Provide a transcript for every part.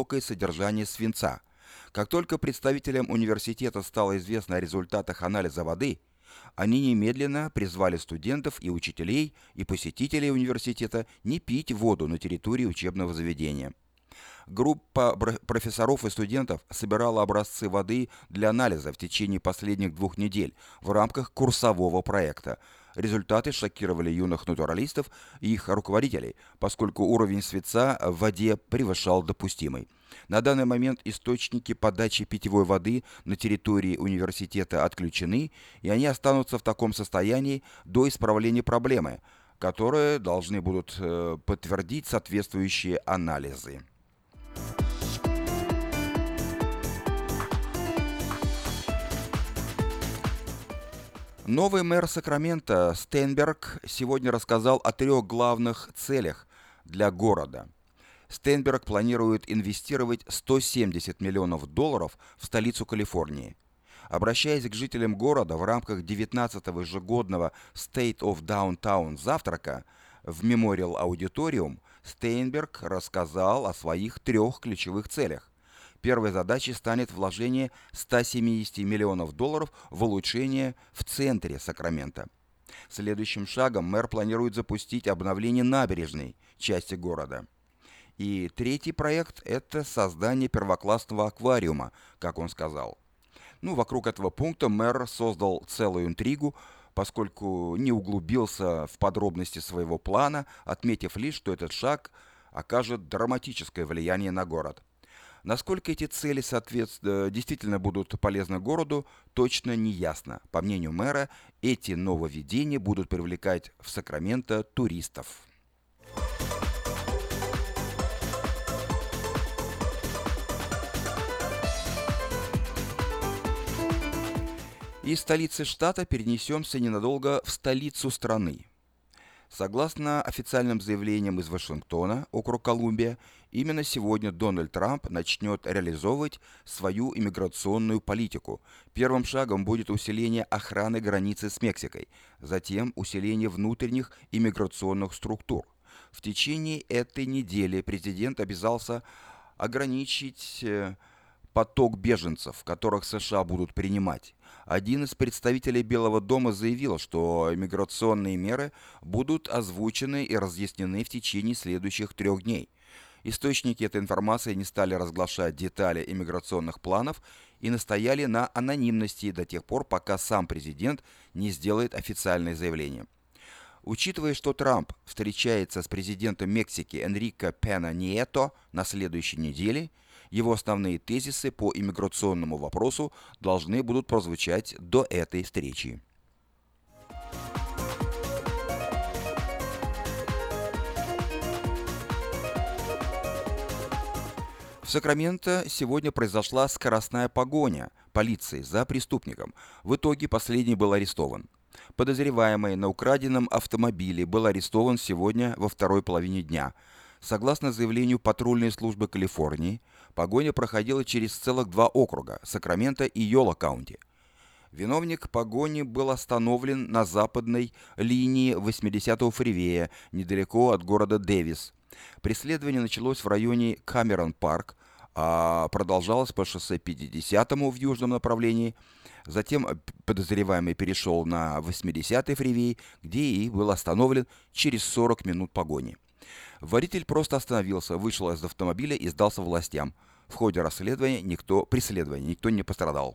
высокое содержание свинца. Как только представителям университета стало известно о результатах анализа воды, они немедленно призвали студентов и учителей и посетителей университета не пить воду на территории учебного заведения. Группа профессоров и студентов собирала образцы воды для анализа в течение последних 2 недель в рамках курсового проекта. Результаты шокировали юных натуралистов и их руководителей, поскольку уровень свинца в воде превышал допустимый. На данный момент источники подачи питьевой воды на территории университета отключены, и они останутся в таком состоянии до исправления проблемы, которые должны будут подтвердить соответствующие анализы. Новый мэр Сакрамента Стенберг сегодня рассказал о 3 главных целях для города. Стенберг планирует инвестировать $170 миллионов в столицу Калифорнии. Обращаясь к жителям города в рамках 19-го ежегодного State of Downtown завтрака в Memorial Auditorium, Стенберг рассказал о своих 3 ключевых целях. Первой задачей станет вложение $170 миллионов в улучшение в центре Сакрамента. Следующим шагом мэр планирует запустить обновление набережной части города. И третий проект – это создание первоклассного аквариума, как он сказал. Вокруг этого пункта мэр создал целую интригу, поскольку не углубился в подробности своего плана, отметив лишь, что этот шаг окажет драматическое влияние на город. Насколько эти цели действительно будут полезны городу, точно не ясно. По мнению мэра, эти нововведения будут привлекать в Сакраменто туристов. Из столицы штата перенесемся ненадолго в столицу страны. Согласно официальным заявлениям из Вашингтона, округ Колумбия, именно сегодня Дональд Трамп начнет реализовывать свою иммиграционную политику. Первым шагом будет усиление охраны границы с Мексикой, затем усиление внутренних иммиграционных структур. В течение этой недели президент обязался ограничить поток беженцев, которых США будут принимать. Один из представителей Белого дома заявил, что иммиграционные меры будут озвучены и разъяснены в течение следующих 3 дней. Источники этой информации не стали разглашать детали иммиграционных планов и настояли на анонимности до тех пор, пока сам президент не сделает официальное заявление. Учитывая, что Трамп встречается с президентом Мексики Энрике Пена Нието на следующей неделе, его основные тезисы по иммиграционному вопросу должны будут прозвучать до этой встречи. В Сакраменто сегодня произошла скоростная погоня полиции за преступником. В итоге последний был арестован. Подозреваемый на украденном автомобиле был арестован сегодня во второй половине дня. Согласно заявлению патрульной службы Калифорнии, погоня проходила через целых 2 округа – Сакраменто и Йола-Каунти. Виновник погони был остановлен на западной линии 80-го фривея, недалеко от города Дэвис. Преследование началось в районе Камерон-Парк, а продолжалось по шоссе 50-му в южном направлении. Затем подозреваемый перешел на 80-й фривей, где и был остановлен через 40 минут погони. Водитель просто остановился, вышел из автомобиля и сдался властям. В ходе преследования никто не пострадал.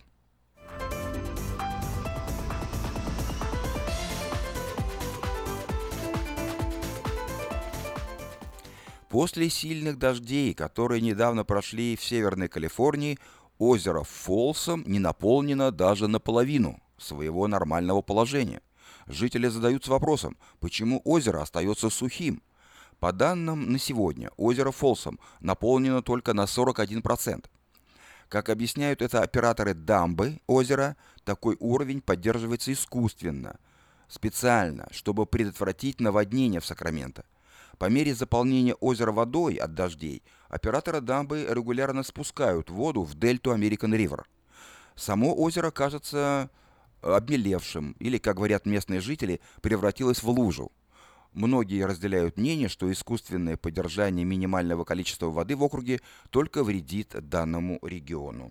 После сильных дождей, которые недавно прошли в Северной Калифорнии, озеро Фолсом не наполнено даже наполовину своего нормального положения. Жители задаются вопросом, почему озеро остается сухим. По данным на сегодня, озеро Фолсом наполнено только на 41%. Как объясняют это операторы дамбы озера, такой уровень поддерживается искусственно, специально, чтобы предотвратить наводнение в Сакраменто. По мере заполнения озера водой от дождей, операторы дамбы регулярно спускают воду в дельту American River. Само озеро кажется обмелевшим или, как говорят местные жители, превратилось в лужу. Многие разделяют мнение, что искусственное поддержание минимального количества воды в округе только вредит данному региону.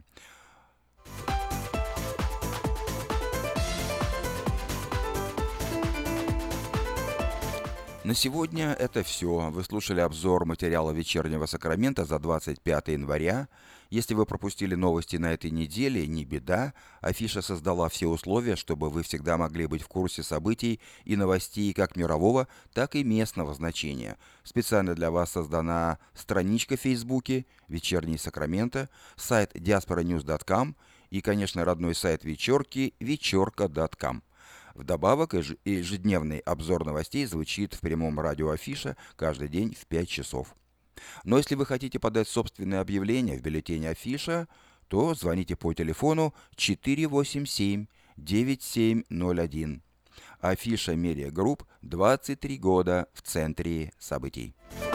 На сегодня это все. Вы слушали обзор материала «Вечернего Сакрамента» за 25 января. Если вы пропустили новости на этой неделе, не беда. Афиша создала все условия, чтобы вы всегда могли быть в курсе событий и новостей как мирового, так и местного значения. Специально для вас создана страничка в Фейсбуке «Вечерний Сакраменто», сайт diasporanews.com и, конечно, родной сайт вечерки вечерка.com. Вдобавок, ежедневный обзор новостей звучит в прямом радио Афиша каждый день в 5 часов. Но если вы хотите подать собственное объявление в бюллетене Афиша, то звоните по телефону 487-9701. Афиша Медиа Групп, 23 года в центре событий.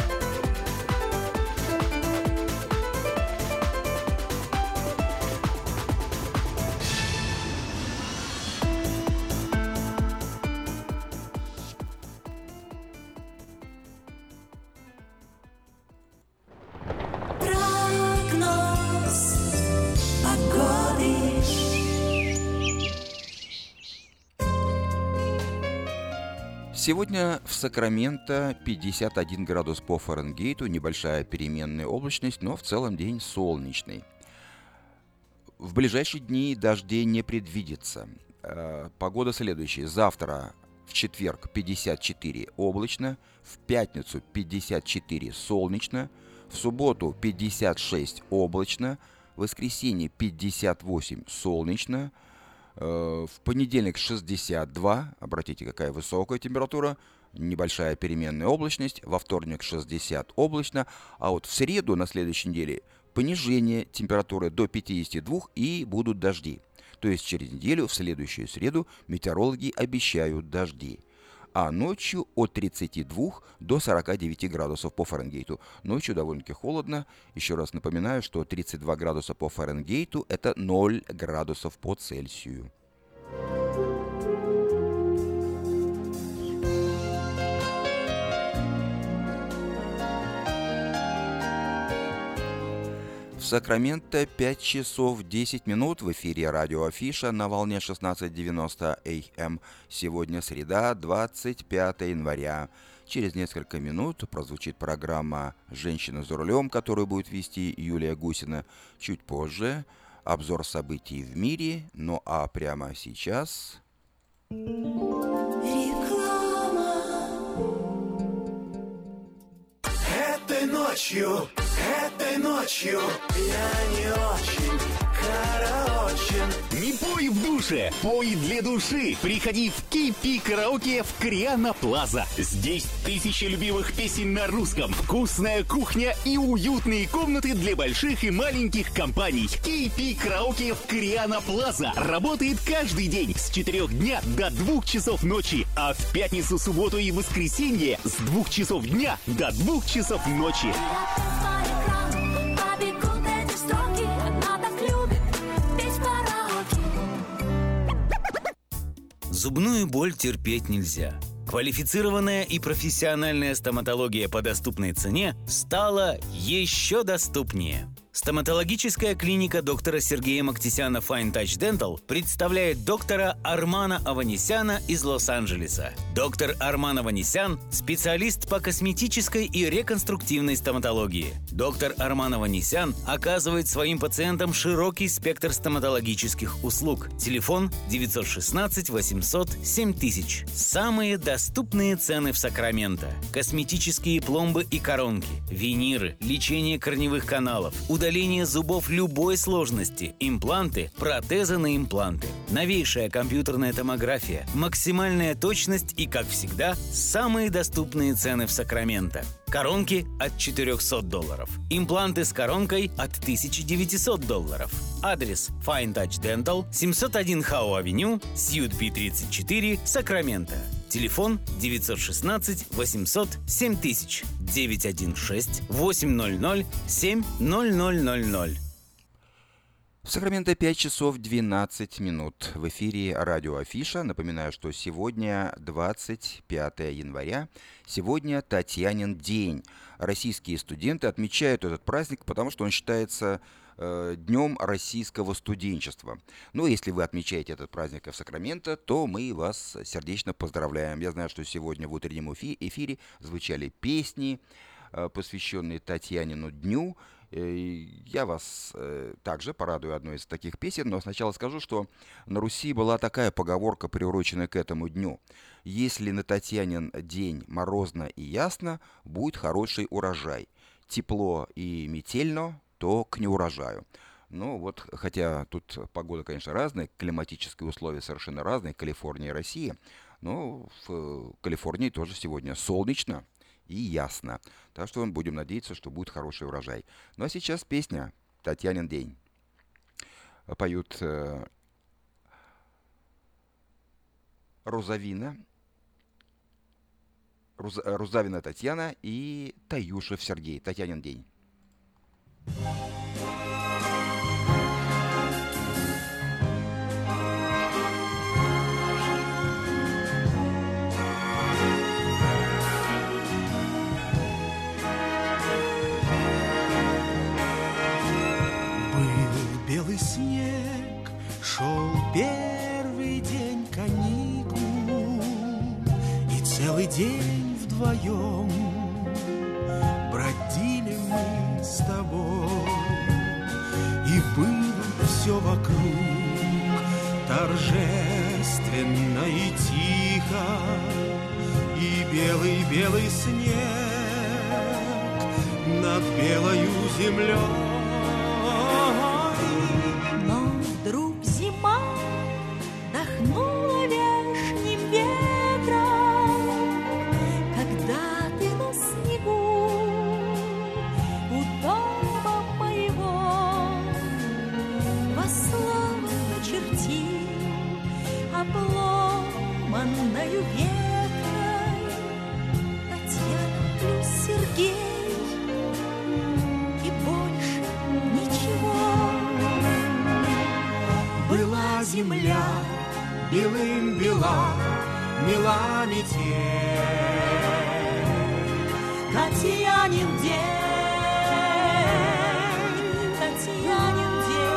Сегодня в Сакраменто 51 градус по Фаренгейту, небольшая переменная облачность, но в целом день солнечный. В ближайшие дни дождей не предвидится. Погода следующая. Завтра в четверг 54 облачно, в пятницу 54 солнечно, в субботу 56 облачно, в воскресенье 58 солнечно, в понедельник 62, обратите, какая высокая температура, небольшая переменная облачность, во вторник 60 облачно, а вот в среду на следующей неделе понижение температуры до 52 и будут дожди. То есть через неделю, в следующую среду, метеорологи обещают дожди. А ночью от 32 до 49 градусов по Фаренгейту. Ночью довольно-таки холодно. Еще раз напоминаю, что 32 градуса по Фаренгейту – это 0 градусов по Цельсию. В Сакраменто 5 часов 10 минут. В эфире радио Афиша на волне 16:90 АМ. Сегодня среда, 25 января. Через несколько минут прозвучит программа «Женщина за рулем», которую будет вести Юлия Гусина. Чуть позже обзор событий в мире. Ну а прямо сейчас... Этой ночью я не очень караочен. Не пой в душе, пой для души. Приходи в KP Караоке в Кориана Плаза. Здесь тысячи любимых песен на русском, вкусная кухня и уютные комнаты для больших и маленьких компаний. KP Караоке в Кориана Плаза работает каждый день с 4 дня до 2 часов ночи, а в пятницу, субботу и воскресенье с 2 часов дня до 2 часов ночи. Зубную боль терпеть нельзя. Квалифицированная и профессиональная стоматология по доступной цене стала еще доступнее. Стоматологическая клиника доктора Сергея Мактисяна Fine Touch Dental представляет доктора Армана Аванесяна из Лос-Анджелеса. Доктор Арман Аванесян – специалист по косметической и реконструктивной стоматологии. Доктор Арман Аванесян оказывает своим пациентам широкий спектр стоматологических услуг. Телефон 916 800 7000. Самые доступные цены в Сакраменто. Косметические пломбы и коронки, виниры, лечение корневых каналов, удаление зубов любой сложности, импланты, протезы на импланты, новейшая компьютерная томография, максимальная точность и, как всегда, самые доступные цены в Сакраменто. Коронки от $400, импланты с коронкой от $1900. Адрес Fine Touch Dental, 701 Хау-авеню, Сьют Пи-34, Сакраменто. Телефон 916 800 7000 916 800 7000. В Сакраменто 5 часов 12 минут. В эфире радио Афиша. Напоминаю, что сегодня 25 января. Сегодня Татьянин день. Российские студенты отмечают этот праздник, потому что он считается Днем российского студенчества. Ну, если вы отмечаете этот праздник в Сакраменто, то мы вас сердечно поздравляем. Я знаю, что сегодня в утреннем эфире звучали песни, посвященные Татьянину дню. Я вас также порадую одной из таких песен, но сначала скажу, что на Руси была такая поговорка, приуроченная к этому дню. «Если на Татьянин день морозно и ясно, будет хороший урожай. Тепло и метельно, то к неурожаю». Ну вот, хотя тут погода, конечно, разная, климатические условия совершенно разные, Калифорния и Россия, но в Калифорнии тоже сегодня солнечно и ясно. Так что будем надеяться, что будет хороший урожай. Ну а сейчас песня «Татьянин день». Поют Рузавина Татьяна и Таюшев Сергей. «Татьянин день». Белый снег, шел первый день каникул, и целый день вдвоем бродили мы с тобой, и было все вокруг торжественно и тихо, и белый-белый снег над белою землей. Вдруг зима дохнула вешним ветром, когда ты на снегу у дома моего во славу начертил обломанною веткой Татьяна плюс Сергей, и больше ничего. Была земля белым бела, мила метель. Татьянин день, Татьянин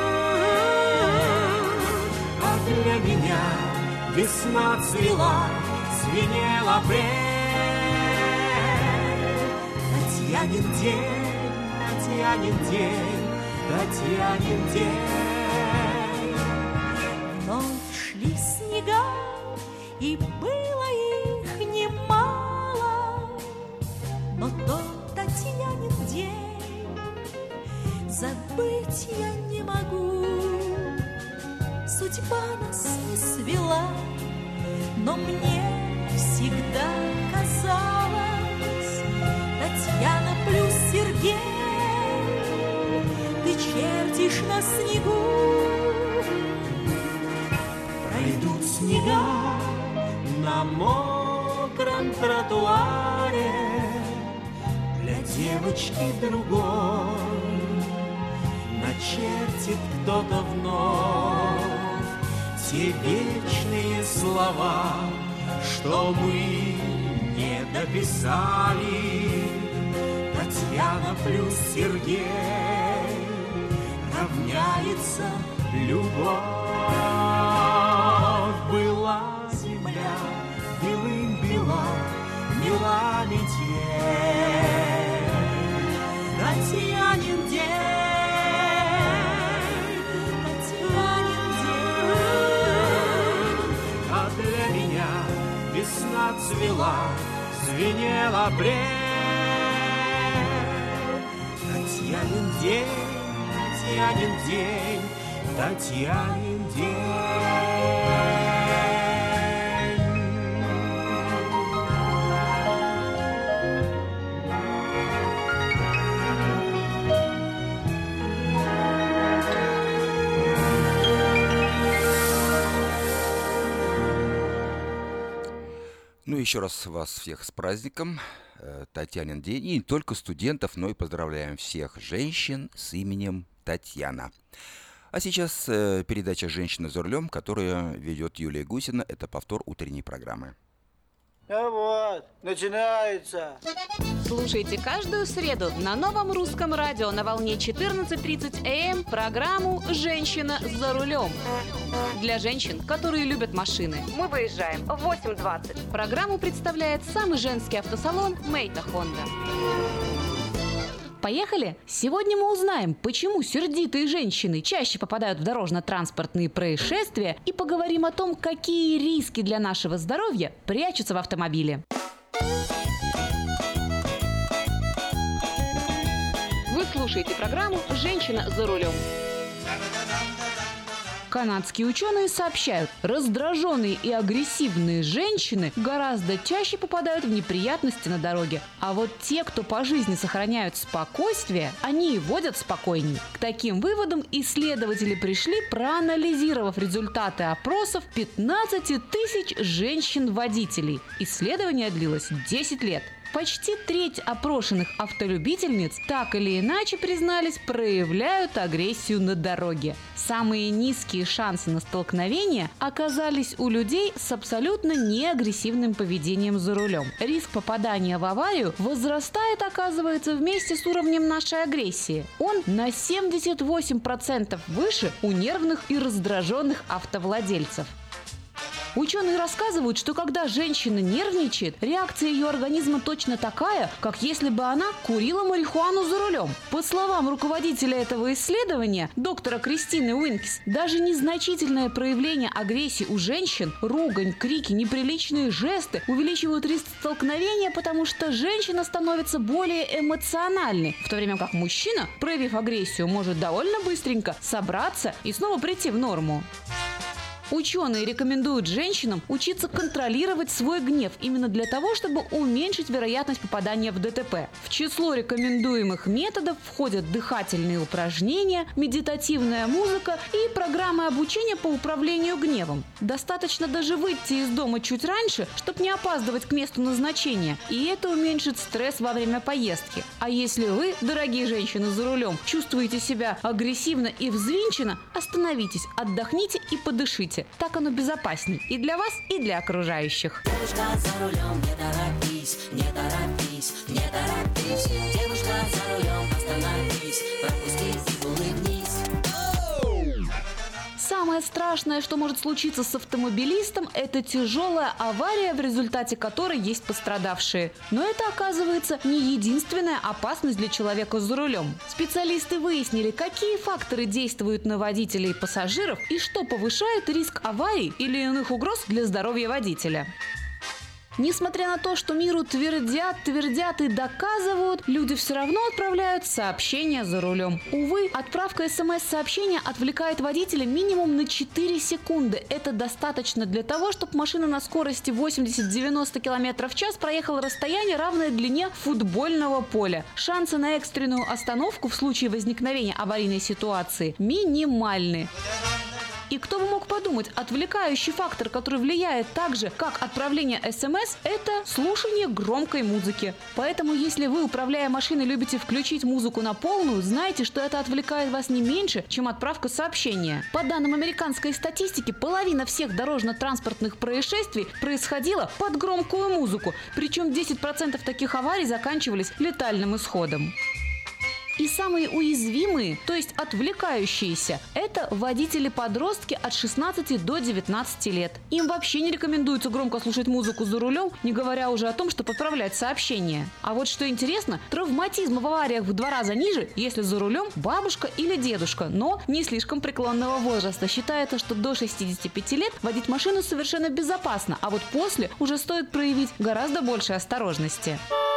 день. А для меня весна цвела, звенела апрель. Татьянин день, Татьянин день, Татьянин день. Шли снега, и было их немало, но тот Татьянин день забыть я не могу. Судьба нас не свела, но мне всегда казалось, Татьяна плюс Сергей, ты чертишь на снегу. Пройдут снега на мокром тротуаре, для девочки другой начертит кто-то вновь те вечные слова, что мы не дописали. Татьяна плюс Сергей равняется любовь. Была земля белым бела, мила метель. Татьянин день, Татьянин день. А для меня весна цвела, звенела апрель. Татьянин день, Татьянин день, Татьянин день. Ну, еще раз вас всех с праздником, Татьянин день. И не только студентов, но и поздравляем всех женщин с именем Татьяна. А сейчас передача «Женщина за рулем», которую ведет Юлия Гусина. Это повтор утренней программы. А вот, начинается. Слушайте каждую среду на Новом русском радио на волне 14:30 АМ программу «Женщина за рулем». Для женщин, которые любят машины. Мы выезжаем в 8:20. Программу представляет самый женский автосалон «Мейта Хонда». Поехали! Сегодня мы узнаем, почему сердитые женщины чаще попадают в дорожно-транспортные происшествия, и поговорим о том, какие риски для нашего здоровья прячутся в автомобиле. Вы слушаете программу «Женщина за рулем». Канадские ученые сообщают, раздраженные и агрессивные женщины гораздо чаще попадают в неприятности на дороге. А вот те, кто по жизни сохраняют спокойствие, они и водят спокойней. К таким выводам исследователи пришли, проанализировав результаты опросов 15 тысяч женщин-водителей. Исследование длилось 10 лет. Почти треть опрошенных автолюбительниц так или иначе, признались, проявляют агрессию на дороге. Самые низкие шансы на столкновение оказались у людей с абсолютно неагрессивным поведением за рулем. Риск попадания в аварию возрастает, оказывается, вместе с уровнем нашей агрессии. Он на 78% выше у нервных и раздраженных автовладельцев. Ученые рассказывают, что когда женщина нервничает, реакция ее организма точно такая, как если бы она курила марихуану за рулем. По словам руководителя этого исследования, доктора Кристины Уинкис, даже незначительное проявление агрессии у женщин, ругань, крики, неприличные жесты увеличивают риск столкновения, потому что женщина становится более эмоциональной, в то время как мужчина, проявив агрессию, может довольно быстренько собраться и снова прийти в норму. Ученые рекомендуют женщинам учиться контролировать свой гнев именно для того, чтобы уменьшить вероятность попадания в ДТП. В число рекомендуемых методов входят дыхательные упражнения, медитативная музыка и программы обучения по управлению гневом. Достаточно даже выйти из дома чуть раньше, чтобы не опаздывать к месту назначения, и это уменьшит стресс во время поездки. А если вы, дорогие женщины за рулем, чувствуете себя агрессивно и взвинченно, остановитесь, отдохните и подышите. Так оно безопасней и для вас, и для окружающих. Девушка за рулем, не торопись, не торопись, не торопись. Девушка за рулем, остановись, пропусти и улыбнись. Самое страшное, что может случиться с автомобилистом, это тяжелая авария, в результате которой есть пострадавшие. Но это, оказывается, не единственная опасность для человека за рулем. Специалисты выяснили, какие факторы действуют на водителей и пассажиров и что повышает риск аварий или иных угроз для здоровья водителя. Несмотря на то, что миру твердят и доказывают, люди все равно отправляют сообщения за рулем. Увы, отправка СМС-сообщения отвлекает водителя минимум на 4 секунды. Это достаточно для того, чтобы машина на скорости 80-90 км в час проехала расстояние, равное длине футбольного поля. Шансы на экстренную остановку в случае возникновения аварийной ситуации минимальны. И кто бы мог подумать, отвлекающий фактор, который влияет так же, как отправление СМС, это слушание громкой музыки. Поэтому, если вы, управляя машиной, любите включить музыку на полную, знайте, что это отвлекает вас не меньше, чем отправка сообщения. По данным американской статистики, половина всех дорожно-транспортных происшествий происходила под громкую музыку. Причем 10% таких аварий заканчивались летальным исходом. И самые уязвимые, то есть отвлекающиеся, это водители-подростки от 16 до 19 лет. Им вообще не рекомендуется громко слушать музыку за рулем, не говоря уже о том, чтобы отправлять сообщения. А вот что интересно, травматизм в авариях в 2 раза ниже, если за рулем бабушка или дедушка, но не слишком преклонного возраста. Считается, что до 65 лет водить машину совершенно безопасно, а вот после уже стоит проявить гораздо больше осторожности.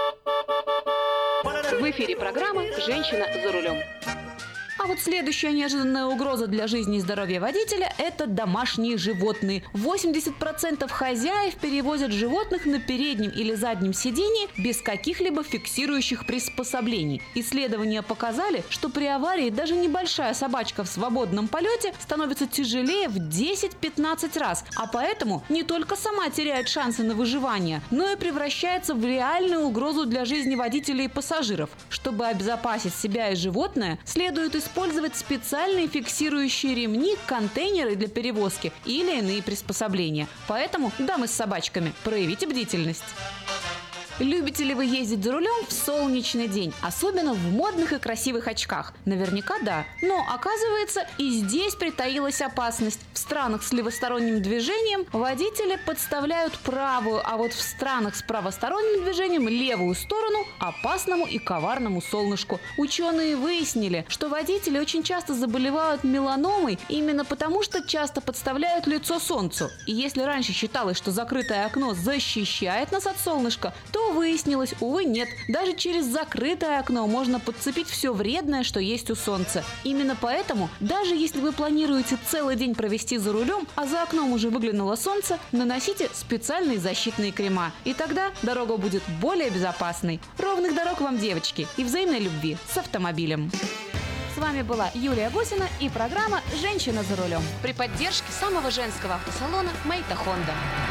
В эфире программа «Женщина за рулем». А вот следующая неожиданная угроза для жизни и здоровья водителя – это домашние животные. 80% хозяев перевозят животных на переднем или заднем сидении без каких-либо фиксирующих приспособлений. Исследования показали, что при аварии даже небольшая собачка в свободном полете становится тяжелее в 10-15 раз, а поэтому не только сама теряет шансы на выживание, но и превращается в реальную угрозу для жизни водителей и пассажиров. Чтобы обезопасить себя и животное, следует использовать использовать специальные фиксирующие ремни, контейнеры для перевозки или иные приспособления. Поэтому, дамы с собачками, проявите бдительность. Любите ли вы ездить за рулем в солнечный день, особенно в модных и красивых очках? Наверняка да. Но, оказывается, и здесь притаилась опасность. В странах с левосторонним движением водители подставляют правую, а вот в странах с правосторонним движением левую сторону опасному и коварному солнышку. Ученые выяснили, что водители очень часто заболевают меланомой именно потому, что часто подставляют лицо солнцу. И если раньше считалось, что закрытое окно защищает нас от солнышка, то выяснилось, увы, нет. Даже через закрытое окно можно подцепить все вредное, что есть у солнца. Именно поэтому, даже если вы планируете целый день провести за рулем, а за окном уже выглянуло солнце, наносите специальные защитные крема. И тогда дорога будет более безопасной. Ровных дорог вам, девочки, и взаимной любви с автомобилем. С вами была Юлия Гусина и программа «Женщина за рулем» при поддержке самого женского автосалона «Мэйта Хонда».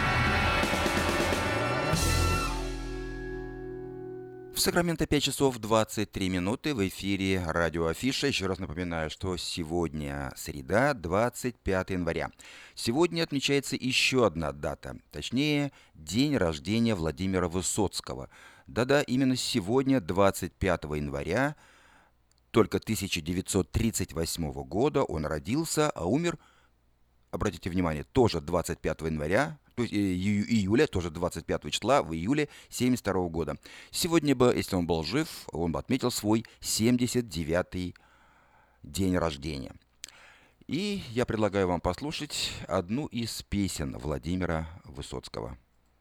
В Сакраменто 5 часов 23 минуты, в эфире радио Афиша. Еще раз напоминаю, что сегодня среда, 25 января. Сегодня отмечается еще одна дата, точнее, день рождения Владимира Высоцкого. Да-да, именно сегодня, 25 января, только 1938 года он родился, а умер, обратите внимание, тоже 25 января, то есть июля, тоже 25 числа, в июле 1972 года. Сегодня бы, если он был жив, он бы отметил свой 79-й день рождения. И я предлагаю вам послушать одну из песен Владимира Высоцкого.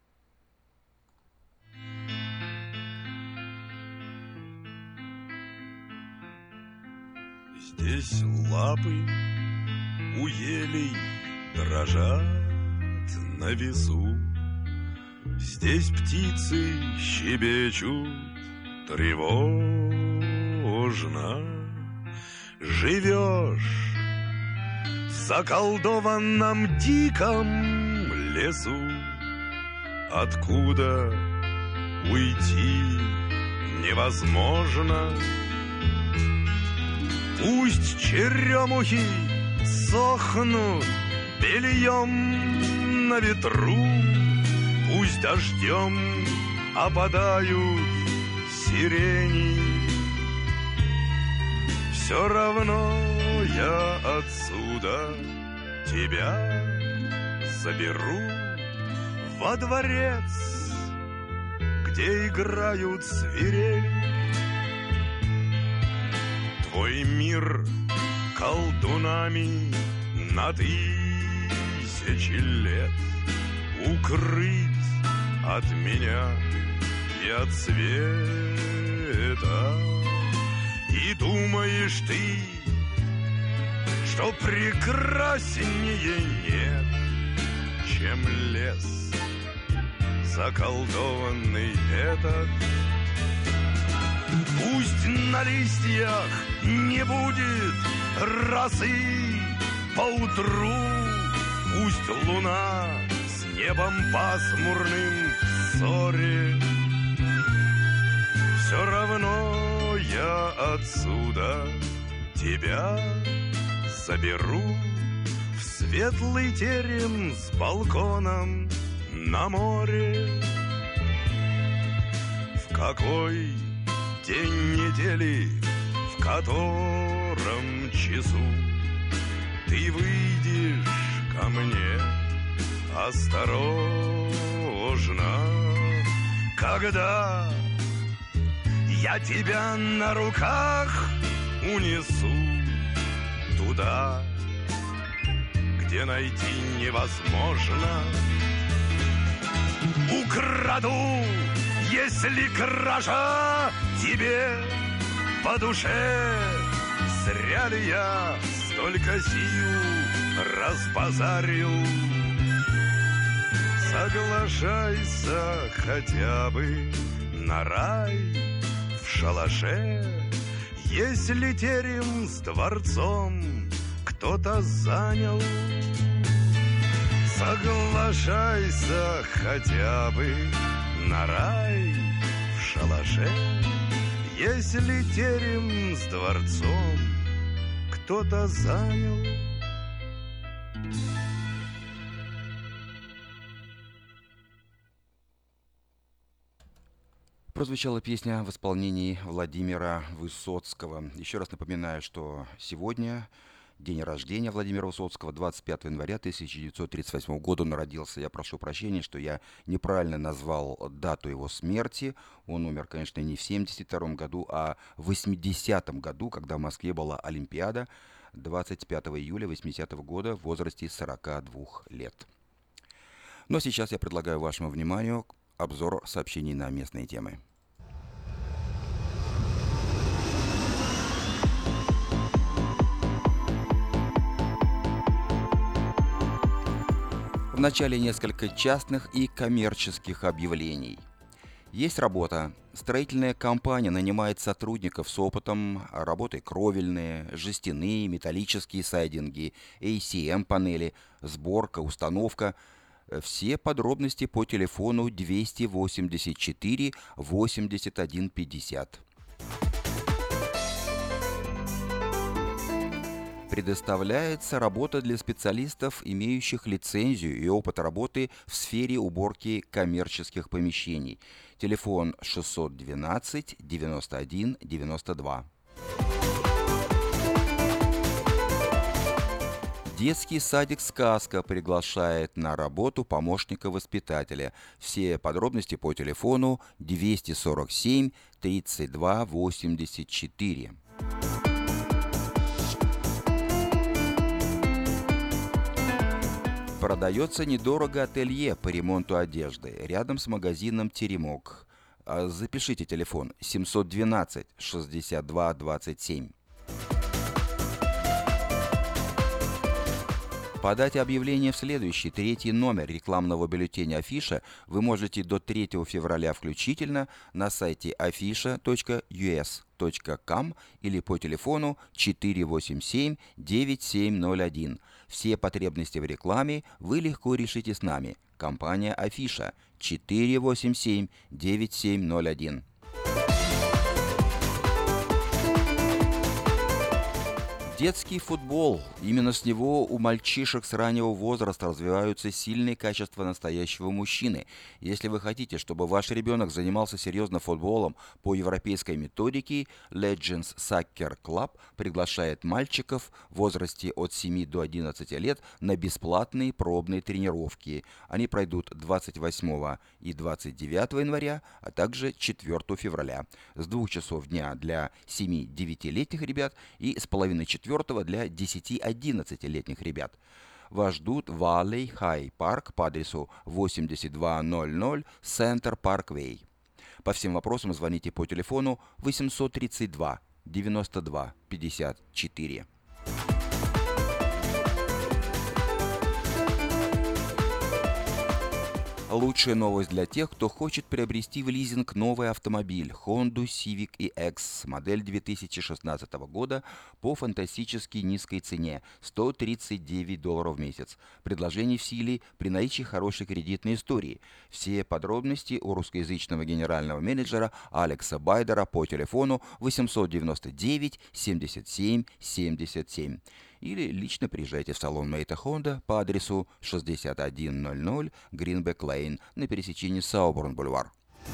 Здесь лапы у елей дрожат на весу. Здесь птицы щебечут тревожно. Живешь в заколдованном диком лесу, откуда уйти невозможно. Пусть черемухи сохнут бельем на ветру, пусть дождем опадают сирени. Все равно я отсюда тебя заберу во дворец, где играют свирель. Твой мир колдунами на тысячи лет укрыть от меня и от света. И думаешь ты, что прекраснее нет, чем лес заколдованный этот. Пусть на листьях не будет росы поутру, пусть луна с небом пасмурным в ссоре, все равно я отсюда тебя заберу в светлый терем с балконом на море. В какой день недели, в котором часу ты выйдешь ко мне осторожно, когда я тебя на руках унесу туда, где найти невозможно. Украду, если кража тебе по душе. Зря ли я столько сил разбазарил? Соглашайся хотя бы на рай в шалаше, если терем с дворцом кто-то занял. Соглашайся хотя бы на рай в шалаше, если терем с дворцом кто-то занял. Прозвучала песня в исполнении Владимира Высоцкого. Еще раз напоминаю, что сегодня день рождения Владимира Высоцкого, 25 января 1938 года он родился. Я прошу прощения, что я неправильно назвал дату его смерти. Он умер, конечно, не в 1972 году, а в 80-м году, когда в Москве была Олимпиада, 25 июля 80-го года в возрасте 42 лет. Но сейчас я предлагаю вашему вниманию обзор сообщений на местные темы. Вначале несколько частных и коммерческих объявлений. Есть работа. Строительная компания нанимает сотрудников с опытом работы кровельные, жестяные, металлические сайдинги, ACM-панели, сборка, установка. Все подробности по телефону 284 81 50. Предоставляется работа для специалистов, имеющих лицензию и опыт работы в сфере уборки коммерческих помещений. Телефон 612 91 92. Детский садик «Сказка» приглашает на работу помощника воспитателя. Все подробности по телефону 247 32 84. Продается недорого ателье по ремонту одежды рядом с магазином «Теремок». Запишите телефон 712 62 27. Подать объявление в следующий, третий номер рекламного бюллетеня «Афиша» вы можете до 3 февраля включительно на сайте afisha.us.com или по телефону 487-9701. Все потребности в рекламе вы легко решите с нами. Компания «Афиша» 487-9701. Детский футбол. Именно с него у мальчишек с раннего возраста развиваются сильные качества настоящего мужчины. Если вы хотите, чтобы ваш ребенок занимался серьезно футболом по европейской методике, Legends Soccer Club приглашает мальчиков в возрасте от 7 до 11 лет на бесплатные пробные тренировки. Они пройдут 28 и 29 января, а также 4 февраля. С 2 часов дня для 7-9-летних ребят и с половины 4 для 10-11-летних ребят. Вас ждут в Valley High Park по адресу 8200 Center Parkway. По всем вопросам звоните по телефону 832 92 54. Лучшая новость для тех, кто хочет приобрести в лизинг новый автомобиль Honda Civic EX, модель 2016 года по фантастически низкой цене – $139 в месяц. Предложение в силе при наличии хорошей кредитной истории. Все подробности у русскоязычного генерального менеджера Алекса Байдера по телефону 899 77 77. Или лично приезжайте в салон Мэйта Honda по адресу 6100 Greenback Lane на пересечении Сауборн-бульвар.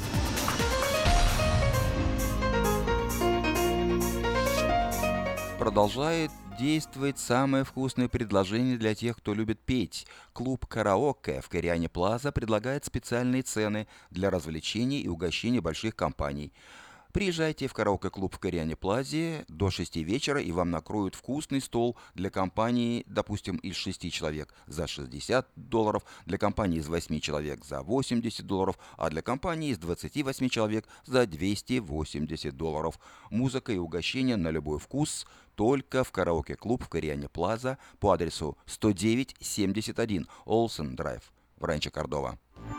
Продолжает действовать самое вкусное предложение для тех, кто любит петь. Клуб «Караоке» в Кориане Плаза предлагает специальные цены для развлечений и угощений больших компаний. Приезжайте в караоке-клуб в Кориане Плазе до 6 вечера, и вам накроют вкусный стол для компании, допустим, из 6 человек за $60, для компании из 8 человек за $80, а для компании из 28 человек за $280. Музыка и угощения на любой вкус только в караоке-клуб в Кориане Плаза по адресу 109-71 Олсен Драйв в Ранчо Кордова.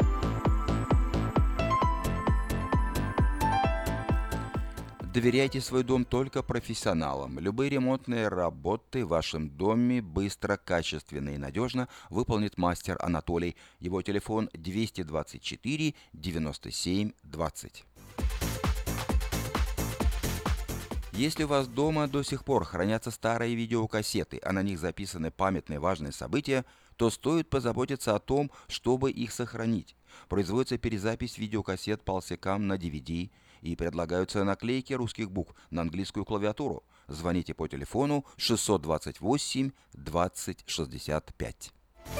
Доверяйте свой дом только профессионалам. Любые ремонтные работы в вашем доме быстро, качественно и надежно выполнит мастер Анатолий. Его телефон 224 97 20. Если у вас дома до сих пор хранятся старые видеокассеты, а на них записаны памятные важные события, то стоит позаботиться о том, чтобы их сохранить. Производится перезапись видеокассет по LCK на DVD и предлагаются наклейки русских букв на английскую клавиатуру. Звоните по телефону 628 20 65.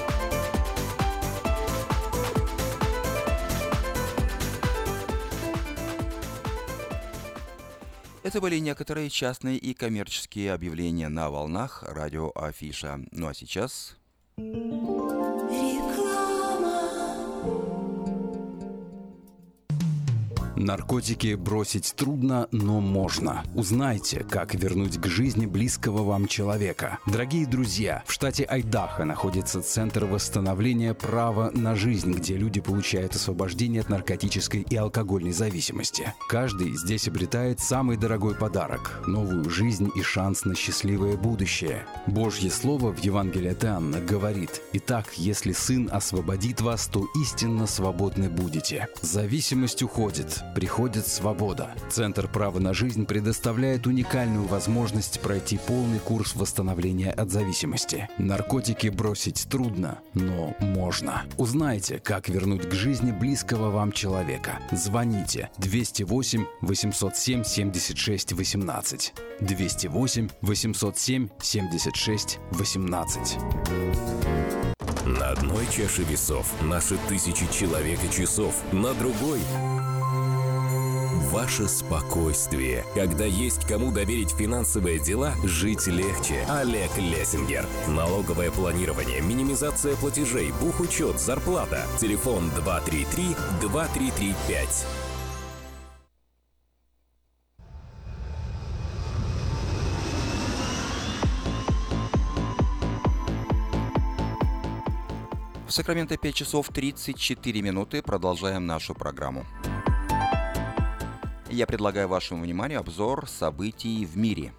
Это были некоторые частные и коммерческие объявления на волнах радио Афиша. Ну а сейчас... Наркотики бросить трудно, но можно. Узнайте, как вернуть к жизни близкого вам человека. Дорогие друзья, в штате Айдахо находится Центр восстановления права на жизнь, где люди получают освобождение от наркотической и алкогольной зависимости. Каждый здесь обретает самый дорогой подарок – новую жизнь и шанс на счастливое будущее. Божье Слово в Евангелии от Иоанна говорит: «Итак, если Сын освободит вас, то истинно свободны будете». Зависимость уходит. Приходит свобода. Центр права на жизнь предоставляет уникальную возможность пройти полный курс восстановления от зависимости. Наркотики бросить трудно, но можно. Узнайте, как вернуть к жизни близкого вам человека. Звоните 208 807 76 18. 208 807 76 18. На одной чаше весов наши тысячи человек и часов, на другой ваше спокойствие. Когда есть кому доверить финансовые дела, жить легче. Олег Лессингер. Налоговое планирование, минимизация платежей, бухучет, зарплата. Телефон 233-2335. В Сакраменто 5 часов 34 минуты. Продолжаем нашу программу. Я предлагаю вашему вниманию обзор событий в мире.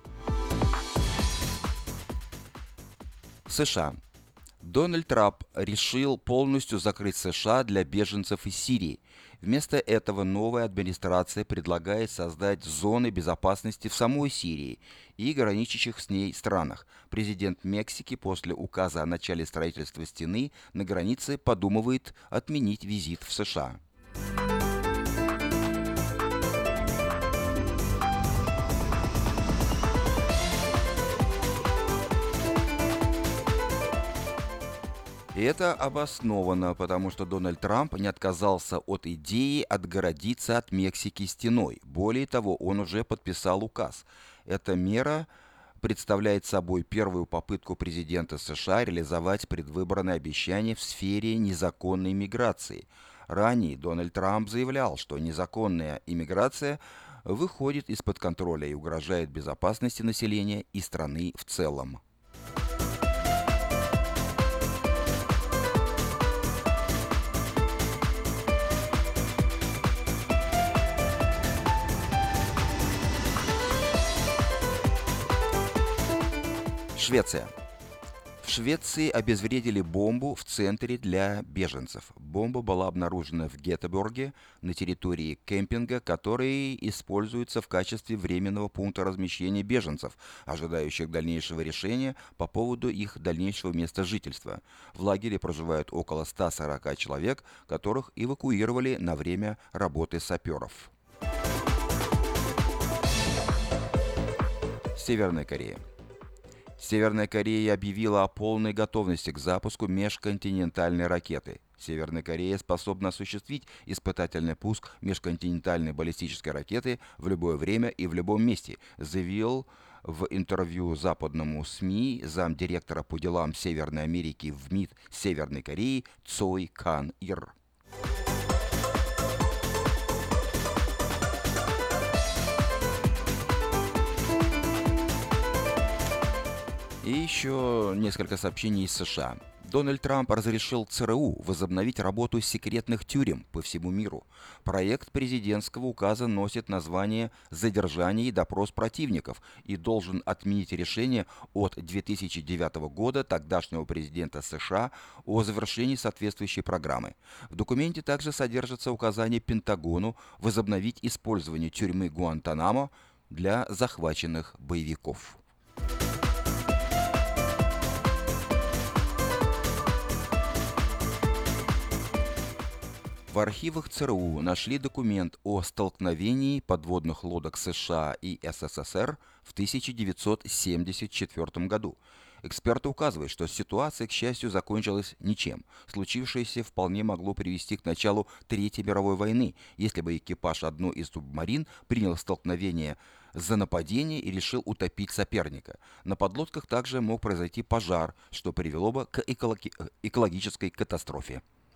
США. Дональд Трамп решил полностью закрыть США для беженцев из Сирии. Вместо этого новая администрация предлагает создать зоны безопасности в самой Сирии и граничащих с ней странах. Президент Мексики после указа о начале строительства стены на границе подумывает отменить визит в США. И это обосновано, потому что Дональд Трамп не отказался от идеи отгородиться от Мексики стеной. Более того, он уже подписал указ. Эта мера представляет собой первую попытку президента США реализовать предвыборное обещание в сфере незаконной миграции. Ранее Дональд Трамп заявлял, что незаконная иммиграция выходит из-под контроля и угрожает безопасности населения и страны в целом. Швеция. В Швеции обезвредили бомбу в центре для беженцев. Бомба была обнаружена в Гетеборге на территории кемпинга, который используется в качестве временного пункта размещения беженцев, ожидающих дальнейшего решения по поводу их дальнейшего места жительства. В лагере проживают около 140 человек, которых эвакуировали на время работы саперов. Северная Корея. Северная Корея объявила о полной готовности к запуску межконтинентальной ракеты. Северная Корея способна осуществить испытательный пуск межконтинентальной баллистической ракеты в любое время и в любом месте, заявил в интервью западному СМИ замдиректора по делам Северной Америки в МИД Северной Кореи Цой Кан Ир. И еще несколько сообщений из США. Дональд Трамп разрешил ЦРУ возобновить работу секретных тюрем по всему миру. Проект президентского указа носит название «Задержание и допрос противников» и должен отменить решение от 2009 года тогдашнего президента США о завершении соответствующей программы. В документе также содержится указание Пентагону возобновить использование тюрьмы Гуантанамо для захваченных боевиков. В архивах ЦРУ нашли документ о столкновении подводных лодок США и СССР в 1974 году. Эксперты указывают, что ситуация, к счастью, закончилась ничем. Случившееся вполне могло привести к началу Третьей мировой войны, если бы экипаж одной из субмарин принял столкновение за нападение и решил утопить соперника. На подлодках также мог произойти пожар, что привело бы к экологической катастрофе.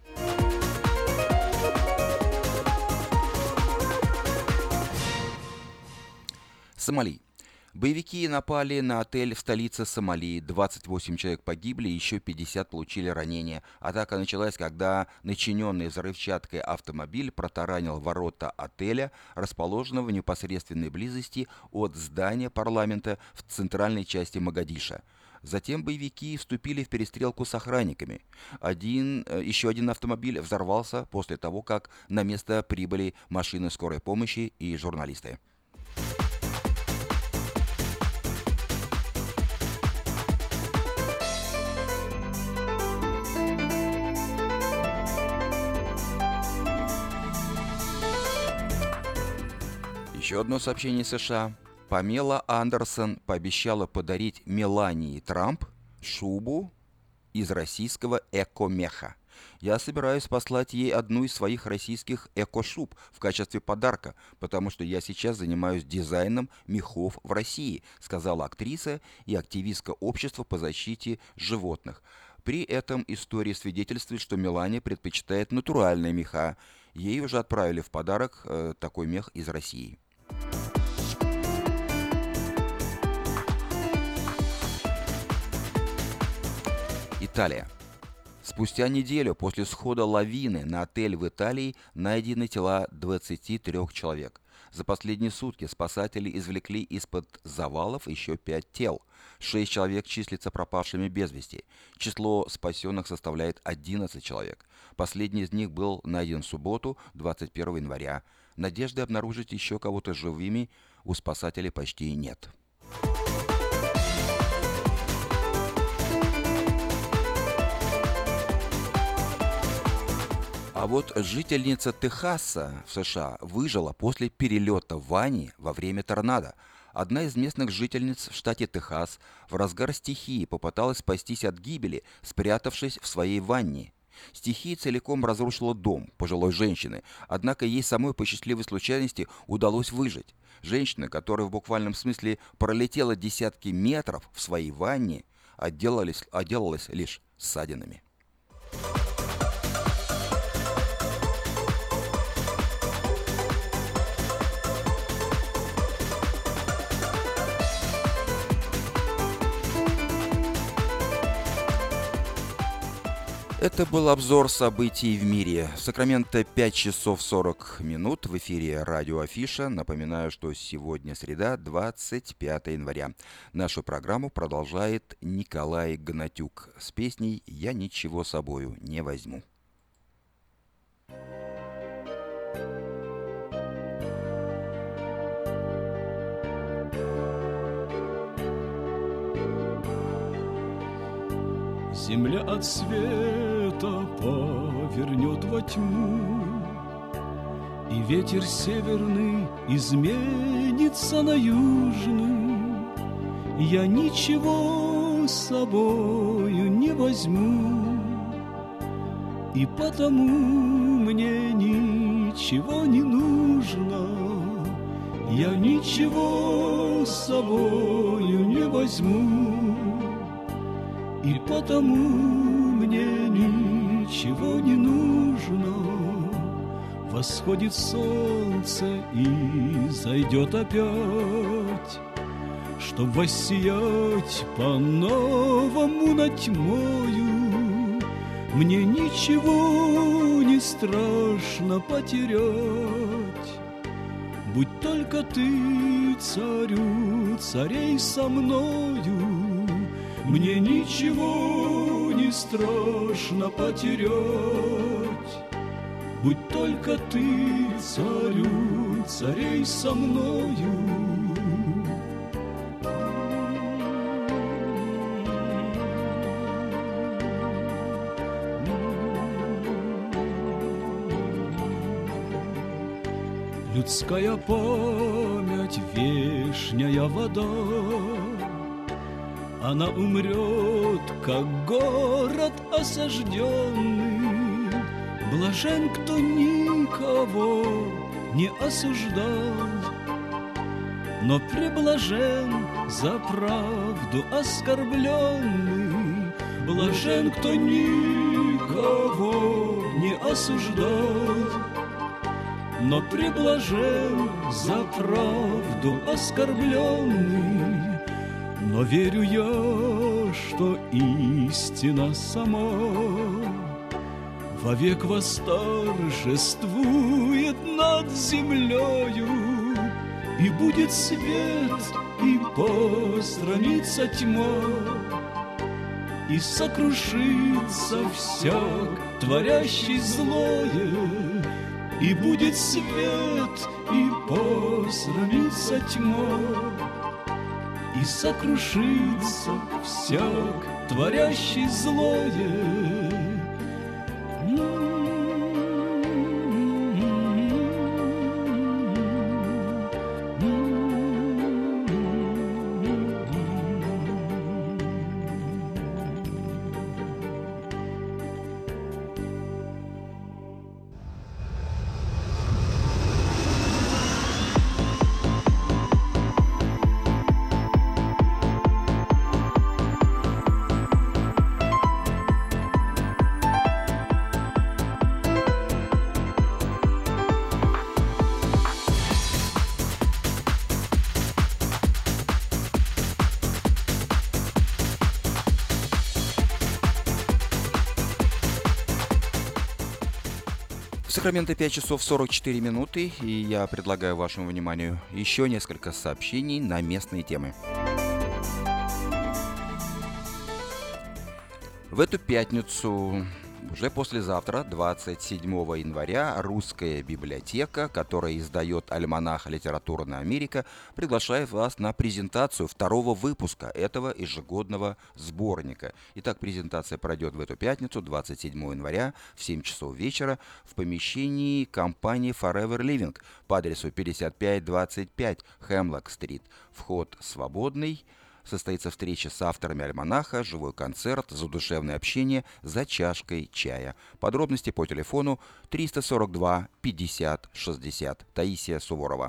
Сомали. Боевики напали на отель в столице Сомали. 28 человек погибли, еще 50 получили ранения. Атака началась, когда начиненный взрывчаткой автомобиль протаранил ворота отеля, расположенного в непосредственной близости от здания парламента в центральной части Могадишо. Затем боевики вступили в перестрелку с охранниками. Еще один автомобиль взорвался после того, как на место прибыли машины скорой помощи и журналисты. Еще одно сообщение из США. Памела Андерсон пообещала подарить Мелании Трамп шубу из российского эко-меха. Я собираюсь послать ей одну из своих российских эко-шуб в качестве подарка, потому что я сейчас занимаюсь дизайном мехов в России, сказала актриса и активистка общества по защите животных. При этом история свидетельствует, что Мелания предпочитает натуральные меха. Ей уже отправили в подарок такой мех из России. Италия. Спустя неделю после схода лавины на отель в Италии найдены тела 23 человек. За последние сутки спасатели извлекли из-под завалов еще 5 тел. 6 человек числятся пропавшими без вести. Число спасенных составляет 11 человек. Последний из них был найден в субботу, 21 января. Надежды обнаружить еще кого-то живыми у спасателей почти нет. А вот жительница Техаса в США выжила после перелета в ванне во время торнадо. Одна из местных жительниц в штате Техас в разгар стихии попыталась спастись от гибели, спрятавшись в своей ванне. Стихия целиком разрушила дом пожилой женщины, однако ей самой по счастливой случайности удалось выжить. Женщина, которая в буквальном смысле пролетела десятки метров в своей ванне, отделалась лишь ссадинами. Это был обзор событий в мире. В Сакраменто 5 часов 40 минут. В эфире радио Афиша. Напоминаю, что сегодня среда, 25 января. Нашу программу продолжает Николай Гнатюк с песней «Я ничего с собою не возьму». Земля от света повернет во тьму, и ветер северный изменится на южный. Я ничего с собою не возьму, и потому мне ничего не нужно. Я ничего с собою не возьму, и потому мне ничего не нужно. Восходит солнце и зайдет опять, чтоб воссиять по-новому над тьмою. Мне ничего не страшно потерять, будь только ты, царю царей, со мною. Мне ничего не страшно потерять, будь только ты, царю царей, со мною. людская память, вешняя вода. Она умрет, как город осажденный. Блажен, кто никого не осуждает, но преблажен за правду оскорбленный. Блажен, кто никого не осуждает, но преблажен за правду оскорбленный. Но верю я, что истина сама вовек восторжествует над землею, и будет свет, и постранится тьма, и сокрушится всяк, творящий злое, и будет свет, и постранится тьма, и сокрушится всяк, творящий злое. В Сакраменто 5 часов 44 минуты, и я предлагаю вашему вниманию еще несколько сообщений на местные темы. В эту пятницу, уже послезавтра, 27 января, Русская библиотека, которая издает альманах «Литературная Америка», приглашает вас на презентацию второго выпуска этого ежегодного сборника. Итак, презентация пройдет в эту пятницу, 27 января, в 7 часов вечера, в помещении компании Forever Living по адресу 5525 Хемлок-стрит. Вход свободный. Состоится встреча с авторами альманаха, живой концерт, задушевное общение за чашкой чая. Подробности по телефону 342 50 60. Таисия Суворова.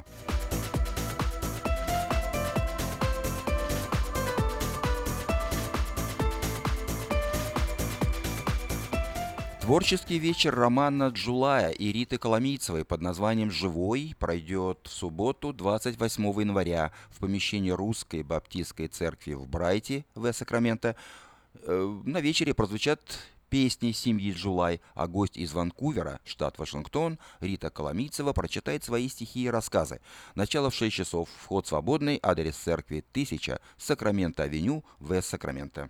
Творческий вечер Романа Джулая и Риты Коломийцевой под названием «Живой» пройдет в субботу, 28 января, в помещении Русской Баптистской церкви в Брайте, в Сакраменто. На вечере прозвучат песни семьи Джулай, а гость из Ванкувера, штат Вашингтон, Рита Коломийцева, прочитает свои стихи и рассказы. Начало в 6 часов, вход свободный, адрес церкви 1000, Сакраменто-авеню, в Сакраменто.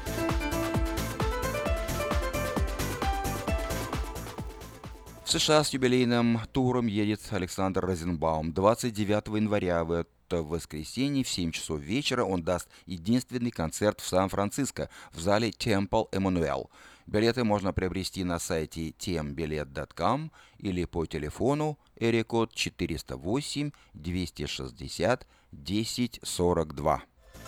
В США с юбилейным туром едет Александр Розенбаум. 29 января в это воскресенье в 7 часов вечера он даст единственный концерт в Сан-Франциско в зале Temple Emmanuel. Билеты можно приобрести на сайте tmbilet.com или по телефону эрикод 408 260 1042.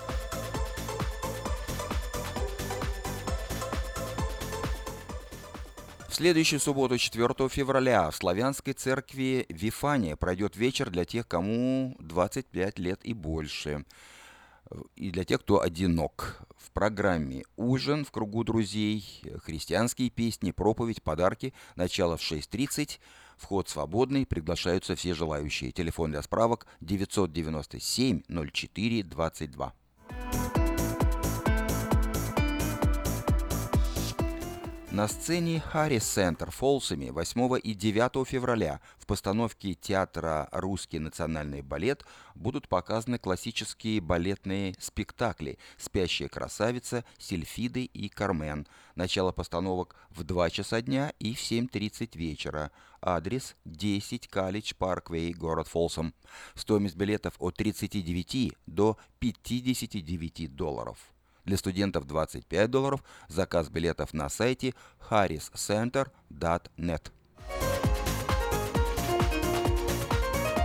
В следующую субботу, 4 февраля, в Славянской церкви Вифания пройдет вечер для тех, кому 25 лет и больше, и для тех, кто одинок. В программе ужин в кругу друзей, христианские песни, проповедь, подарки. Начало в 6:30. Вход свободный, приглашаются все желающие. Телефон для справок 997 04 22. На сцене Harris Center в Фолсами 8 и 9 февраля в постановке театра «Русский национальный балет» будут показаны классические балетные спектакли «Спящая красавица», «Сильфиды» и «Кармен». Начало постановок в 2 часа дня и в 7:30 вечера. Адрес 10 College Parkway, город Фолсам. Стоимость билетов от $39 до $59. Для студентов $25. Заказ билетов на сайте harriscenter.net.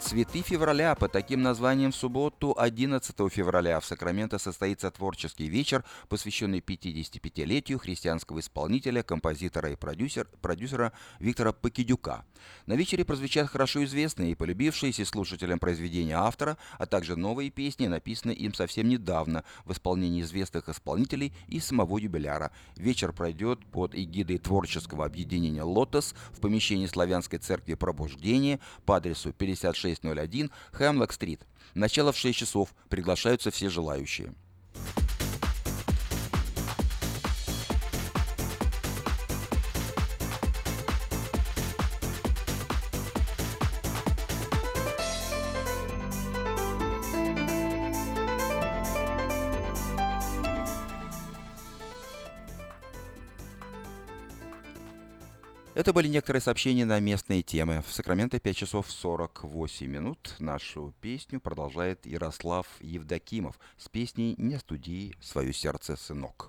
Цветы февраля. Под таким названием в субботу, 11 февраля, в Сакраменто состоится творческий вечер, посвященный 55-летию христианского исполнителя, композитора и продюсера Виктора Покидюка. На вечере прозвучат хорошо известные и полюбившиеся слушателям произведения автора, а также новые песни, написанные им совсем недавно в исполнении известных исполнителей и самого юбиляра. Вечер пройдет под эгидой творческого объединения «Лотос» в помещении Славянской церкви Пробуждения по адресу 5601 Хемлок-стрит. Начало в 6 часов. Приглашаются все желающие. Это были некоторые сообщения на местные темы. В Сакраменто 5 часов 48 минут. Нашу песню продолжает Ярослав Евдокимов с песней «Не студи свое сердце, сынок».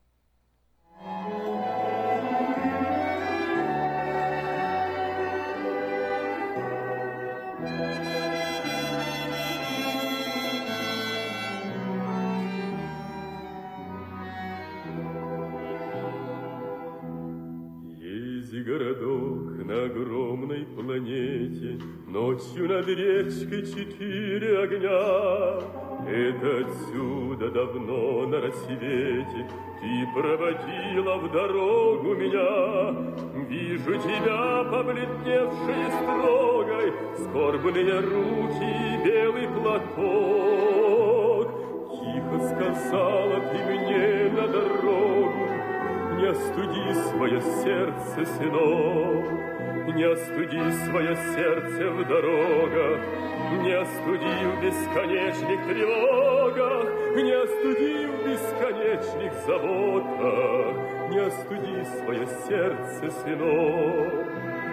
Городок на огромной планете, ночью над речкой 4 огня. Это отсюда давно на рассвете ты проводила в дорогу меня. Вижу тебя, побледневшей строгой, скорбные руки и белый платок. Тихо сказала ты мне на дорогу: не остуди свое сердце, сынок, не остуди свое сердце в дорогах, не остуди в бесконечных тревогах, не остуди в бесконечных заботах, не остуди свое сердце, сынок.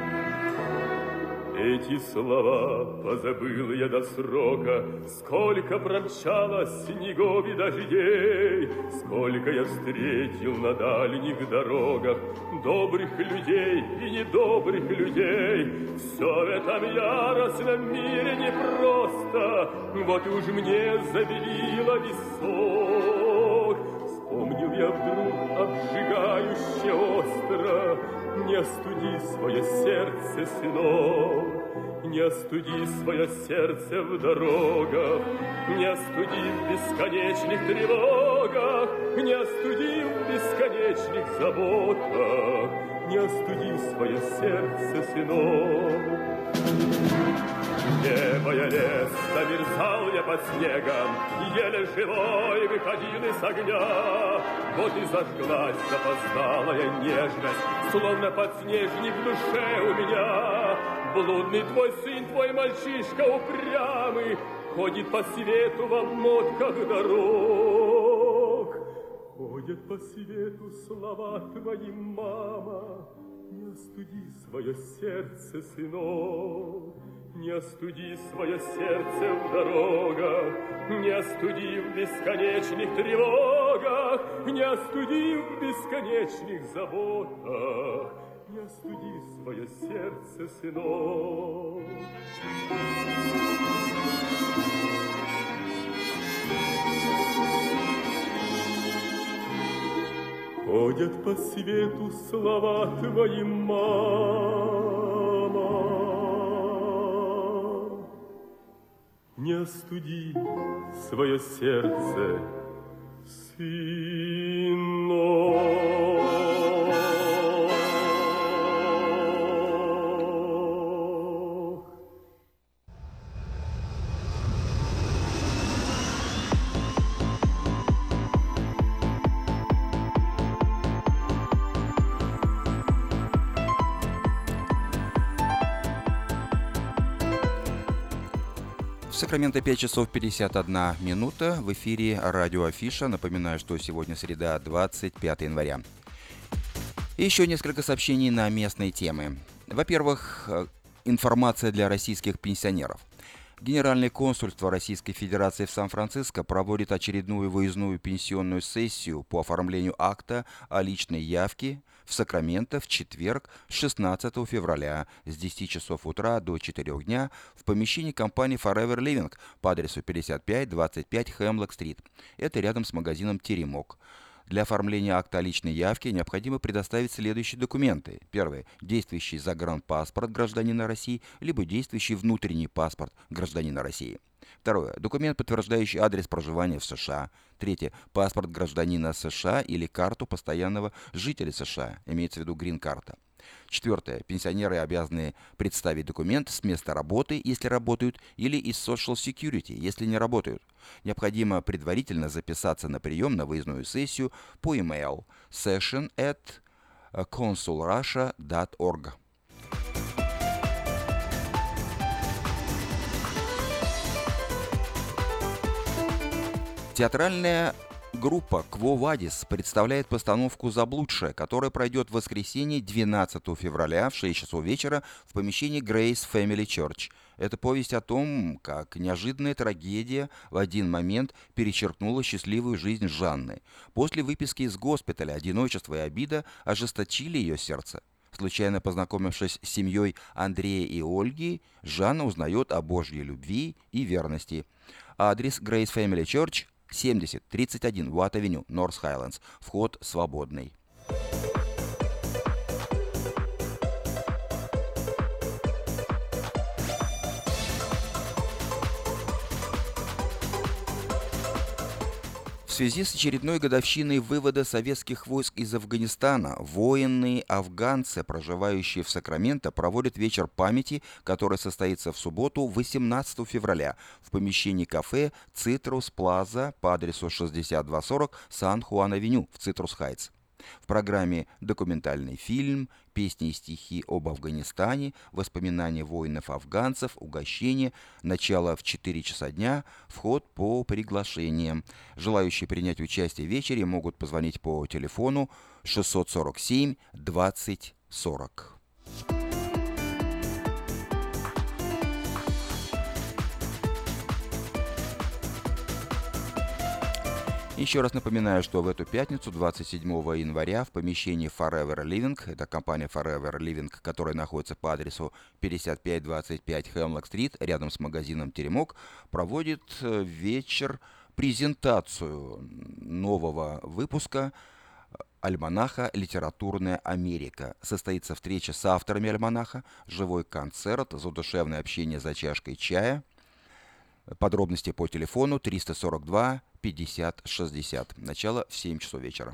Эти слова позабыл я до срока, сколько промчалось снегов и дождей, сколько я встретил на дальних дорогах добрых людей и недобрых людей. Все в этом яростном мире непросто, вот уж мне забелило висок. Вспомнил я вдруг обжигающе остро: не остуди свое сердце, сынок, не остуди свое сердце в дорогах, не остуди в бесконечных тревогах, не остуди в бесконечных заботах, не остуди свое сердце, сынок. Небо я лес, замерзал я под снегом, еле живой выходил из огня. Вот и зажглась запоздалая нежность, словно подснежник в душе у меня. Блудный твой сын, твой мальчишка упрямый, ходит по свету в обмотках дорог. Ходят по свету слова твои, мама: не остуди свое сердце, сынок, не остуди свое сердце в дорогах, не остуди в бесконечных тревогах, не остуди в бесконечных заботах, не остуди свое сердце, сынок. Ходят по свету слова твои, мама: не остуди свое сердце, сынок. В Сакраменто 5 часов 51 минута. В эфире радио Афиша. Напоминаю, что сегодня среда, 25 января. И еще несколько сообщений на местные темы. Во-первых, информация для российских пенсионеров. Генеральное консульство Российской Федерации в Сан-Франциско проводит очередную выездную пенсионную сессию по оформлению акта о личной явке в Сакраменто в четверг, 16 февраля с 10 часов утра до 4 дня в помещении компании Forever Living по адресу 5525 Хемлок-стрит. Это рядом с магазином «Теремок». Для оформления акта о личной явке необходимо предоставить следующие документы. Первое. Действующий загранпаспорт гражданина России, либо действующий внутренний паспорт гражданина России. Второе. Документ, подтверждающий адрес проживания в США. Третье. Паспорт гражданина США или карту постоянного жителя США, имеется в виду грин-карта. Четвертое. Пенсионеры обязаны представить документ с места работы, если работают, или из Social Security, если не работают. Необходимо предварительно записаться на прием на выездную сессию по email session@consulrussia.org. Театральная группа Quo Vadis представляет постановку «Заблудшая», которая пройдет в воскресенье 12 февраля в 6 часов вечера в помещении Grace Family Church. Это повесть о том, как неожиданная трагедия в один момент перечеркнула счастливую жизнь Жанны. После выписки из госпиталя одиночество и обида ожесточили ее сердце. Случайно познакомившись с семьей Андрея и Ольги, Жанна узнает о Божьей любви и верности. Адрес Grace Family Church 7031 Уатт-авеню, Норс Хайлендс. Вход свободный. В связи с очередной годовщиной вывода советских войск из Афганистана, военные афганцы, проживающие в Сакраменто, проводят вечер памяти, который состоится в субботу, 18 февраля, в помещении кафе «Цитрус Плаза» по адресу 6240 Сан-Хуан-авеню в Цитрус-Хайтс. В программе документальный фильм, песни и стихи об Афганистане, воспоминания воинов-афганцев, угощение, начало в 4 часа дня, вход по приглашениям. Желающие принять участие в вечере могут позвонить по телефону 647 20 40. Еще раз напоминаю, что в эту пятницу, 27 января, в помещении Forever Living, это компания Forever Living, которая находится по адресу 5525 Хемлок-стрит, рядом с магазином «Теремок», проводит вечер презентацию нового выпуска альманаха «Литературная Америка». Состоится встреча с авторами альманаха, живой концерт, задушевное общение за чашкой чая. Подробности по телефону 342 50 60. Начало в 7 часов вечера.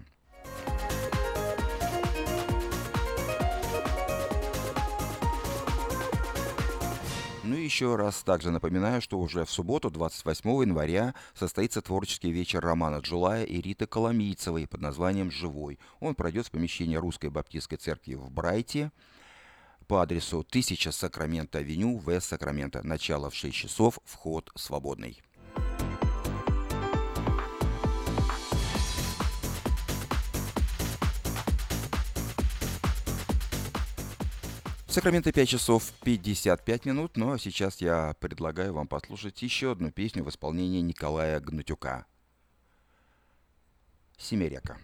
Ну и еще раз также напоминаю, что уже в субботу, 28 января, состоится творческий вечер Романа Джулая и Риты Коломийцевой под названием «Живой». Он пройдет в помещении Русской Баптистской церкви в Брайте по адресу 1000 Сакраменто-авеню, Вест Сакраменто. Начало в 6 часов, вход свободный. В Сакраменто 5 часов 55 минут, ну а сейчас я предлагаю вам послушать еще одну песню в исполнении Николая Гнатюка. «Семерека».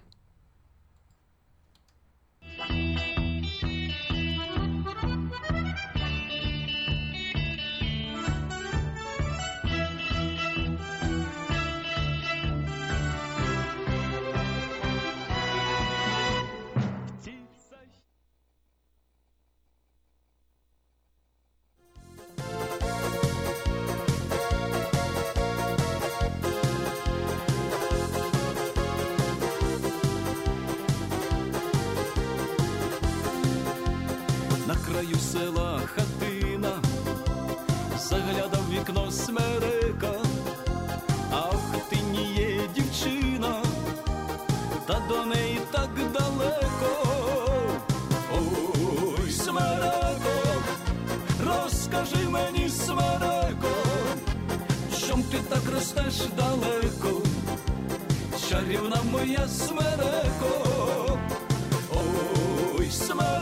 краю села хатина, заглядав вікно смерека, а в хатині є дівчина, та до неї так далеко. Ой, смереко, розкажи мені, смереко, чом ти так ростеш далеко, чарівна моя смереко. Ой,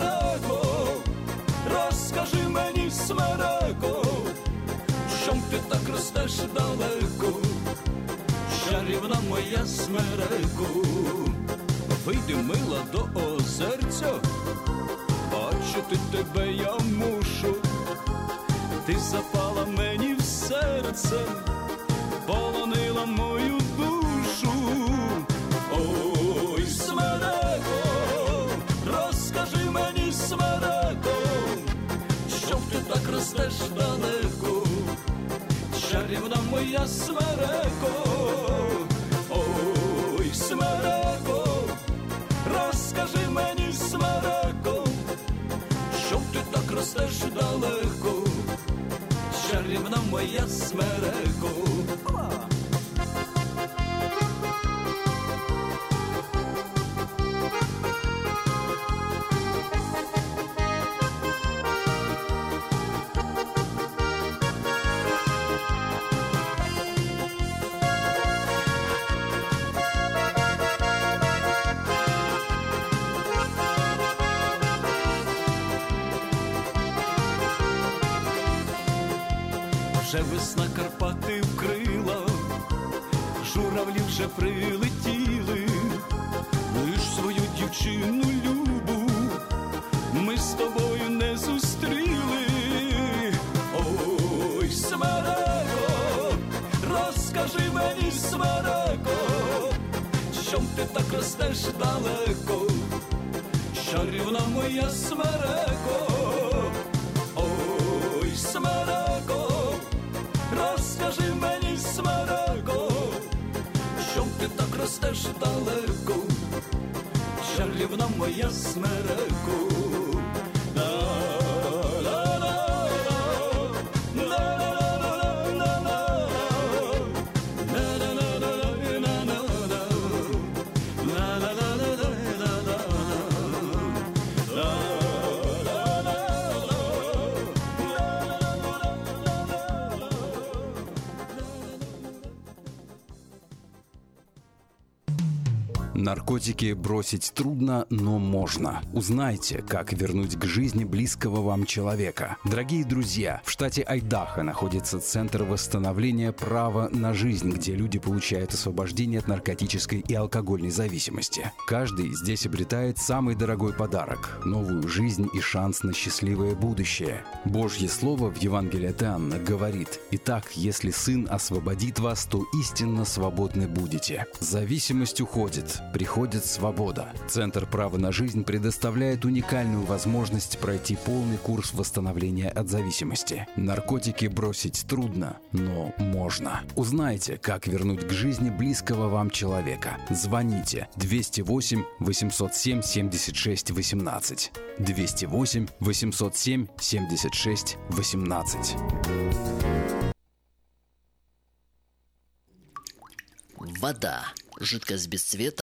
смереко, розкажи мені, смереко, чом ти так ростеш далеко, чарівна моя смереко. Вийди, мила, до озерця, бачити тебе я мушу. Ти запала мені в серце, полонила мою душу. Ой, смереко, розкажи мені, смереко, чом ти так ростеш далеко, чарівна моя смереко. Ой, смереко, розкажи мені, смереко, чом ти так ростеш далеко, чарівна моя смереко. Вже весна Карпати вкрила, журавлі вже прилетіли, лиш свою дівчину любу ми з тобою не зустріли. Ой, смереко, розкажи мені, смереко, чом ти так ростеш далеко, чарівна моя смереко. Ой, смереко, розкажи мені, смереко, чом ти так ростеш далеко, чарівна моя смереко. Наркотики бросить трудно, но можно. Узнайте, как вернуть к жизни близкого вам человека. Дорогие друзья, в штате Айдахо находится Центр восстановления права на жизнь, где люди получают освобождение от наркотической и алкогольной зависимости. Каждый здесь обретает самый дорогой подарок – новую жизнь и шанс на счастливое будущее. Божье Слово в Евангелии от Иоанна говорит: «Итак, если Сын освободит вас, то истинно свободны будете». Зависимость уходит, приходит свобода. Центр права на жизнь предоставляет уникальную возможность пройти полный курс восстановления от зависимости. Наркотики бросить трудно, но можно. Узнайте, как вернуть к жизни близкого вам человека. Звоните 208 807 76 18. 208 807 76 18. Вода. Жидкость без цвета,